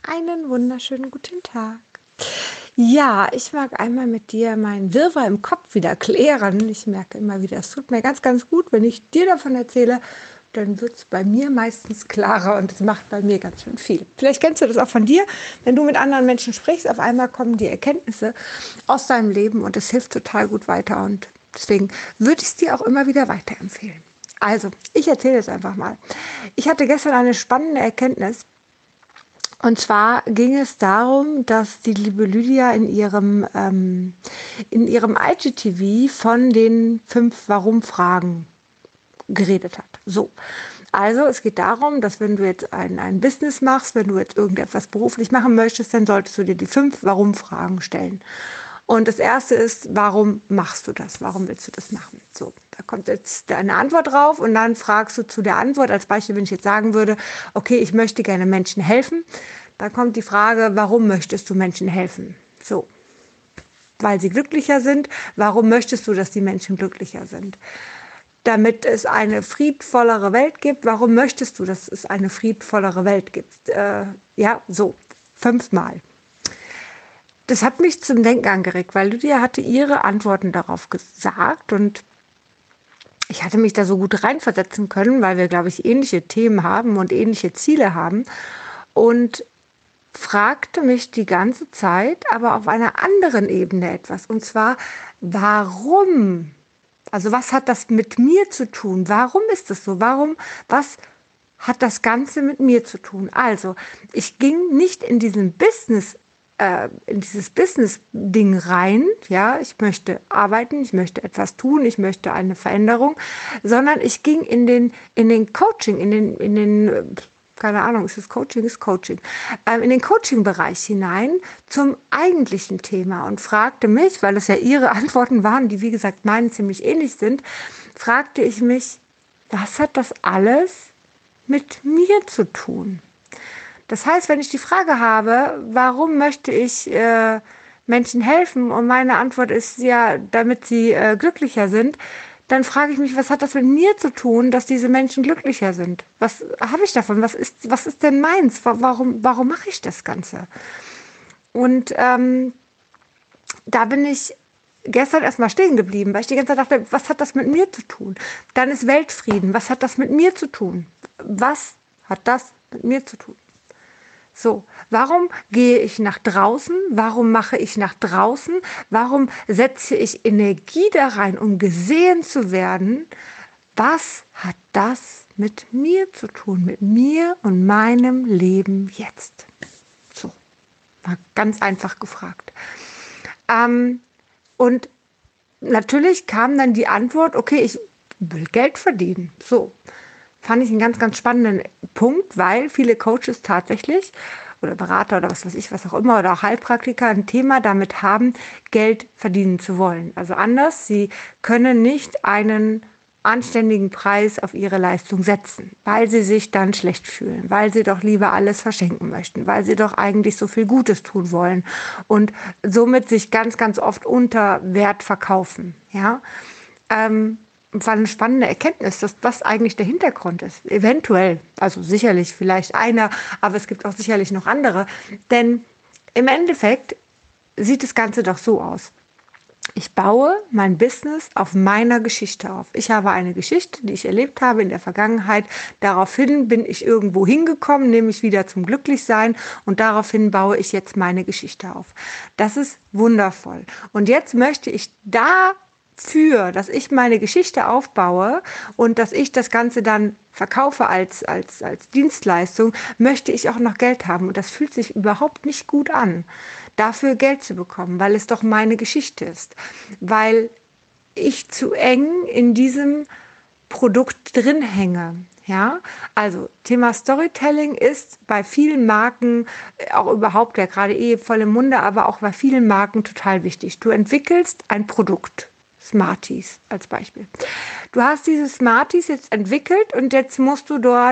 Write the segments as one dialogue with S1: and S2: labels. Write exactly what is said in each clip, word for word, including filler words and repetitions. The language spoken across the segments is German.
S1: Einen wunderschönen guten Tag. Ja, ich mag einmal mit dir meinen Wirrwarr im Kopf wieder klären. Ich merke immer wieder, es tut mir ganz, ganz gut, wenn ich dir davon erzähle, dann wird es bei mir meistens klarer und es macht bei mir ganz schön viel. Vielleicht kennst du das auch von dir, wenn du mit anderen Menschen sprichst, auf einmal kommen die Erkenntnisse aus deinem Leben und es hilft total gut weiter und deswegen würde ich es dir auch immer wieder weiterempfehlen. Also, ich erzähle es einfach mal. Ich hatte gestern eine spannende Erkenntnis. Und zwar ging es darum, dass die liebe Lydia in ihrem, ähm, in ihrem I G T V von den fünf Warum-Fragen geredet hat. So. Also es geht darum, dass wenn du jetzt ein, ein Business machst, wenn du jetzt irgendetwas beruflich machen möchtest, dann solltest du dir die fünf Warum-Fragen stellen. Und das erste ist, warum machst du das? Warum willst du das machen? So, da kommt jetzt eine Antwort drauf und dann fragst du zu der Antwort, als Beispiel, wenn ich jetzt sagen würde, okay, ich möchte gerne Menschen helfen, dann kommt die Frage, warum möchtest du Menschen helfen? So, weil sie glücklicher sind. Warum möchtest du, dass die Menschen glücklicher sind? Damit es eine friedvollere Welt gibt. Warum möchtest du, dass es eine friedvollere Welt gibt? Äh, ja, so, fünfmal. Das hat mich zum Denken angeregt, weil Lydia hatte ihre Antworten darauf gesagt und ich hatte mich da so gut reinversetzen können, weil wir, glaube ich, ähnliche Themen haben und ähnliche Ziele haben und fragte mich die ganze Zeit, aber auf einer anderen Ebene etwas. Und zwar, warum? Also was hat das mit mir zu tun? Warum ist das so? Warum, was hat das Ganze mit mir zu tun? Also, ich ging nicht in diesen Business in dieses Business-Ding rein, ja, ich möchte arbeiten, ich möchte etwas tun, ich möchte eine Veränderung, sondern ich ging in den, in den Coaching, in den, in den, keine Ahnung, ist es Coaching, ist Coaching, in den Coaching-Bereich hinein zum eigentlichen Thema und fragte mich, weil es ja ihre Antworten waren, die wie gesagt meinen ziemlich ähnlich sind, fragte ich mich, was hat das alles mit mir zu tun? Das heißt, wenn ich die Frage habe, warum möchte ich äh, Menschen helfen und meine Antwort ist ja, damit sie äh, glücklicher sind, dann frage ich mich, was hat das mit mir zu tun, dass diese Menschen glücklicher sind? Was habe ich davon? Was ist, was ist denn meins? Warum, warum mache ich das Ganze? Und ähm, da bin ich gestern erstmal stehen geblieben, weil ich die ganze Zeit dachte, was hat das mit mir zu tun? Dann ist Weltfrieden. Was hat das mit mir zu tun? Was hat das mit mir zu tun? So, warum gehe ich nach draußen? Warum mache ich nach draußen? Warum setze ich Energie da rein, um gesehen zu werden? Was hat das mit mir zu tun? Mit mir und meinem Leben jetzt? So, mal ganz einfach gefragt. Ähm, und natürlich kam dann die Antwort, okay, ich will Geld verdienen. So. Fand ich einen ganz, ganz spannenden Punkt, weil viele Coaches tatsächlich oder Berater oder was weiß ich, was auch immer oder auch Heilpraktiker ein Thema damit haben, Geld verdienen zu wollen. Also anders, sie können nicht einen anständigen Preis auf ihre Leistung setzen, weil sie sich dann schlecht fühlen, weil sie doch lieber alles verschenken möchten, weil sie doch eigentlich so viel Gutes tun wollen und somit sich ganz, ganz oft unter Wert verkaufen. Ja, ähm, war eine spannende Erkenntnis, dass das eigentlich der Hintergrund ist. Eventuell, also sicherlich vielleicht einer, aber es gibt auch sicherlich noch andere. Denn im Endeffekt sieht das Ganze doch so aus. Ich baue mein Business auf meiner Geschichte auf. Ich habe eine Geschichte, die ich erlebt habe in der Vergangenheit. Daraufhin bin ich irgendwo hingekommen, nämlich wieder zum Glücklichsein. Und daraufhin baue ich jetzt meine Geschichte auf. Das ist wundervoll. Und jetzt möchte ich da für, dass ich meine Geschichte aufbaue und dass ich das Ganze dann verkaufe als, als, als Dienstleistung, möchte ich auch noch Geld haben. Und das fühlt sich überhaupt nicht gut an, dafür Geld zu bekommen, weil es doch meine Geschichte ist. Weil ich zu eng in diesem Produkt drin hänge. Ja, also Thema Storytelling ist bei vielen Marken, auch überhaupt ja gerade eh voll im Munde, aber auch bei vielen Marken total wichtig. Du entwickelst ein Produkt. Smarties als Beispiel. Du hast diese Smarties jetzt entwickelt und jetzt musst du dort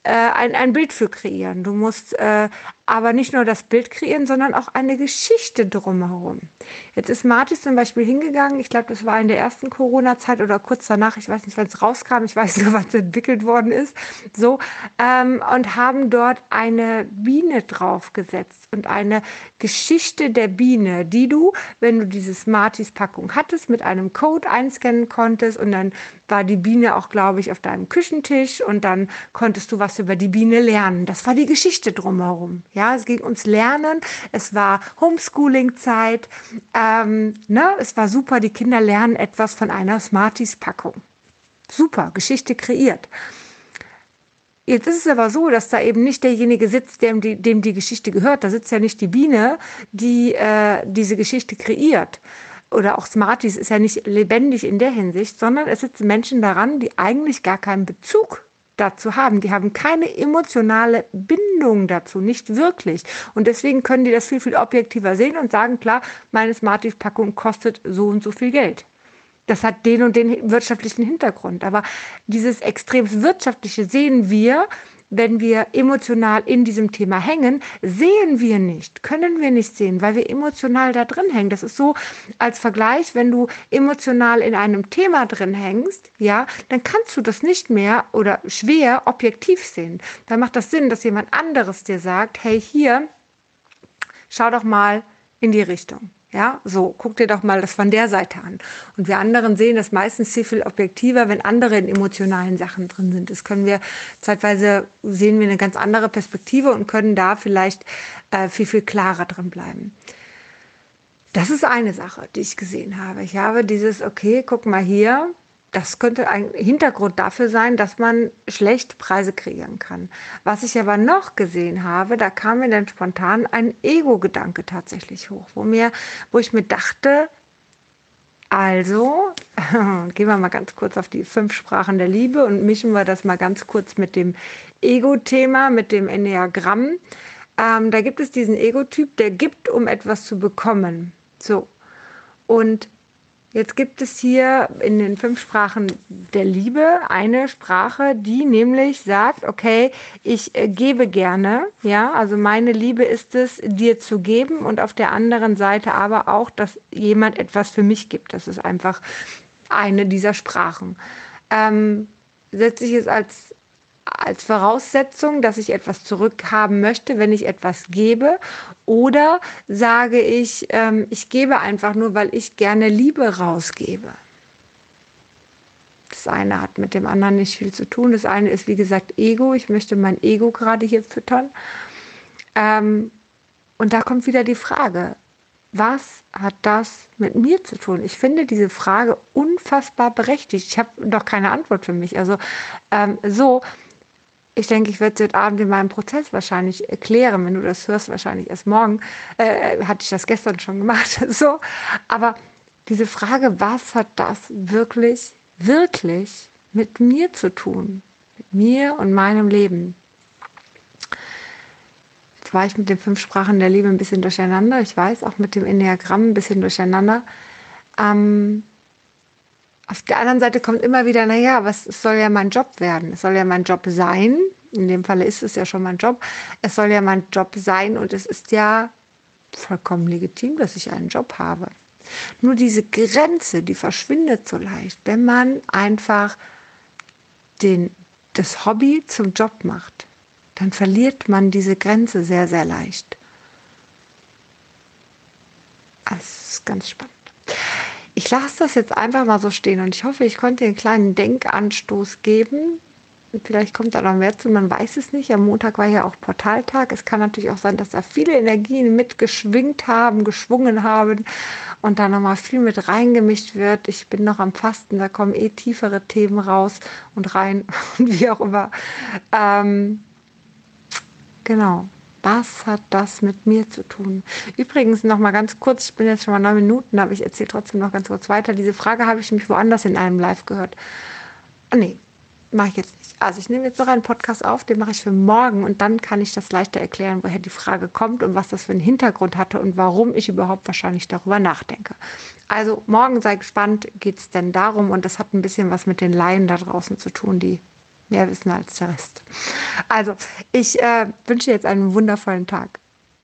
S1: äh, ein, ein Bild für kreieren. Du musst äh, aber nicht nur das Bild kreieren, sondern auch eine Geschichte drumherum. Jetzt ist Martis zum Beispiel hingegangen, ich glaube, das war in der ersten Corona-Zeit oder kurz danach, ich weiß nicht, wann es rauskam, ich weiß nur, wann es entwickelt worden ist, so, ähm, und haben dort eine Biene draufgesetzt und eine Geschichte der Biene, die du, wenn du diese Smarties-Packung hattest, mit einem Code einscannen konntest und dann war die Biene auch, glaube ich, auf deinem Küchentisch und dann konntest du was über die Biene lernen. Das war die Geschichte drumherum. Ja, es ging ums Lernen, es war Homeschooling-Zeit, ähm, ne? Es war super, die Kinder lernen etwas von einer Smarties-Packung. Super, Geschichte kreiert. Jetzt ist es aber so, dass da eben nicht derjenige sitzt, dem die, dem die Geschichte gehört. Da sitzt ja nicht die Biene, die äh, diese Geschichte kreiert. Oder auch Smarties ist ja nicht lebendig in der Hinsicht, sondern es sitzen Menschen daran, die eigentlich gar keinen Bezug dazu haben. Die haben keine emotionale Bindung dazu, nicht wirklich. Und deswegen können die das viel, viel objektiver sehen und sagen, klar, meine Smarties-Packung kostet so und so viel Geld. Das hat den und den wirtschaftlichen Hintergrund. Aber dieses extrem wirtschaftliche sehen wir, wenn wir emotional in diesem Thema hängen, sehen wir nicht, können wir nicht sehen, weil wir emotional da drin hängen. Das ist so als Vergleich, wenn du emotional in einem Thema drin hängst, ja, dann kannst du das nicht mehr oder schwer objektiv sehen. Dann macht das Sinn, dass jemand anderes dir sagt, hey, hier, schau doch mal in die Richtung. Ja, so, guck dir doch mal das von der Seite an. Und wir anderen sehen das meistens viel, viel objektiver, wenn andere in emotionalen Sachen drin sind. Das können wir, zeitweise sehen wir eine ganz andere Perspektive und können da vielleicht äh, viel, viel klarer drin bleiben. Das ist eine Sache, die ich gesehen habe. Ich habe dieses, okay, guck mal hier, das könnte ein Hintergrund dafür sein, dass man schlecht Preise kreieren kann. Was ich aber noch gesehen habe, da kam mir dann spontan ein Ego-Gedanke tatsächlich hoch, wo mir, wo ich mir dachte, also, gehen wir mal ganz kurz auf die fünf Sprachen der Liebe und mischen wir das mal ganz kurz mit dem Ego-Thema, mit dem Enneagramm. Ähm, da gibt es diesen Ego-Typ, der gibt, um etwas zu bekommen. So. Und jetzt gibt es hier in den fünf Sprachen der Liebe eine Sprache, die nämlich sagt, okay, ich äh, gebe gerne, ja, also meine Liebe ist es, dir zu geben und auf der anderen Seite aber auch, dass jemand etwas für mich gibt. Das ist einfach eine dieser Sprachen. Ähm, setze ich es als als Voraussetzung, dass ich etwas zurückhaben möchte, wenn ich etwas gebe, oder sage ich, ähm, ich gebe einfach nur, weil ich gerne Liebe rausgebe. Das eine hat mit dem anderen nicht viel zu tun. Das eine ist, wie gesagt, Ego. Ich möchte mein Ego gerade hier füttern. Ähm, und da kommt wieder die Frage, was hat das mit mir zu tun? Ich finde diese Frage unfassbar berechtigt. Ich habe doch keine Antwort für mich. Also ähm, so, ich denke, ich werde es heute Abend in meinem Prozess wahrscheinlich erklären, wenn du das hörst, wahrscheinlich erst morgen. Äh, hatte ich das gestern schon gemacht. So, aber diese Frage, was hat das wirklich, wirklich mit mir zu tun? Mit mir und meinem Leben? Jetzt war ich mit den fünf Sprachen der Liebe ein bisschen durcheinander. Ich weiß, auch mit dem Enneagramm ein bisschen durcheinander. Ähm, Auf der anderen Seite kommt immer wieder, naja, aber es soll ja mein Job werden. Es soll ja mein Job sein. In dem Falle ist es ja schon mein Job. Es soll ja mein Job sein und es ist ja vollkommen legitim, dass ich einen Job habe. Nur diese Grenze, die verschwindet so leicht, wenn man einfach den, das Hobby zum Job macht. Dann verliert man diese Grenze sehr, sehr leicht. Das ist ganz spannend. Ich lasse das jetzt einfach mal so stehen und ich hoffe, ich konnte dir einen kleinen Denkanstoß geben. Vielleicht kommt da noch mehr zu, man weiß es nicht. Am Montag war ja auch Portaltag. Es kann natürlich auch sein, dass da viele Energien mitgeschwingt haben, geschwungen haben und da nochmal viel mit reingemischt wird. Ich bin noch am Fasten, da kommen eh tiefere Themen raus und rein und wie auch immer. Ähm, genau. Was hat das mit mir zu tun? Übrigens noch mal ganz kurz, ich bin jetzt schon mal neun Minuten, aber ich erzähle trotzdem noch ganz kurz weiter. Diese Frage habe ich nämlich woanders in einem Live gehört. Ah, nee, mache ich jetzt nicht. Also ich nehme jetzt noch einen Podcast auf, den mache ich für morgen und dann kann ich das leichter erklären, woher die Frage kommt und was das für einen Hintergrund hatte und warum ich überhaupt wahrscheinlich darüber nachdenke. Also morgen, sei gespannt, geht es denn darum und das hat ein bisschen was mit den Laien da draußen zu tun, die mehr wissen als der Rest. Also, ich äh, wünsche dir jetzt einen wundervollen Tag.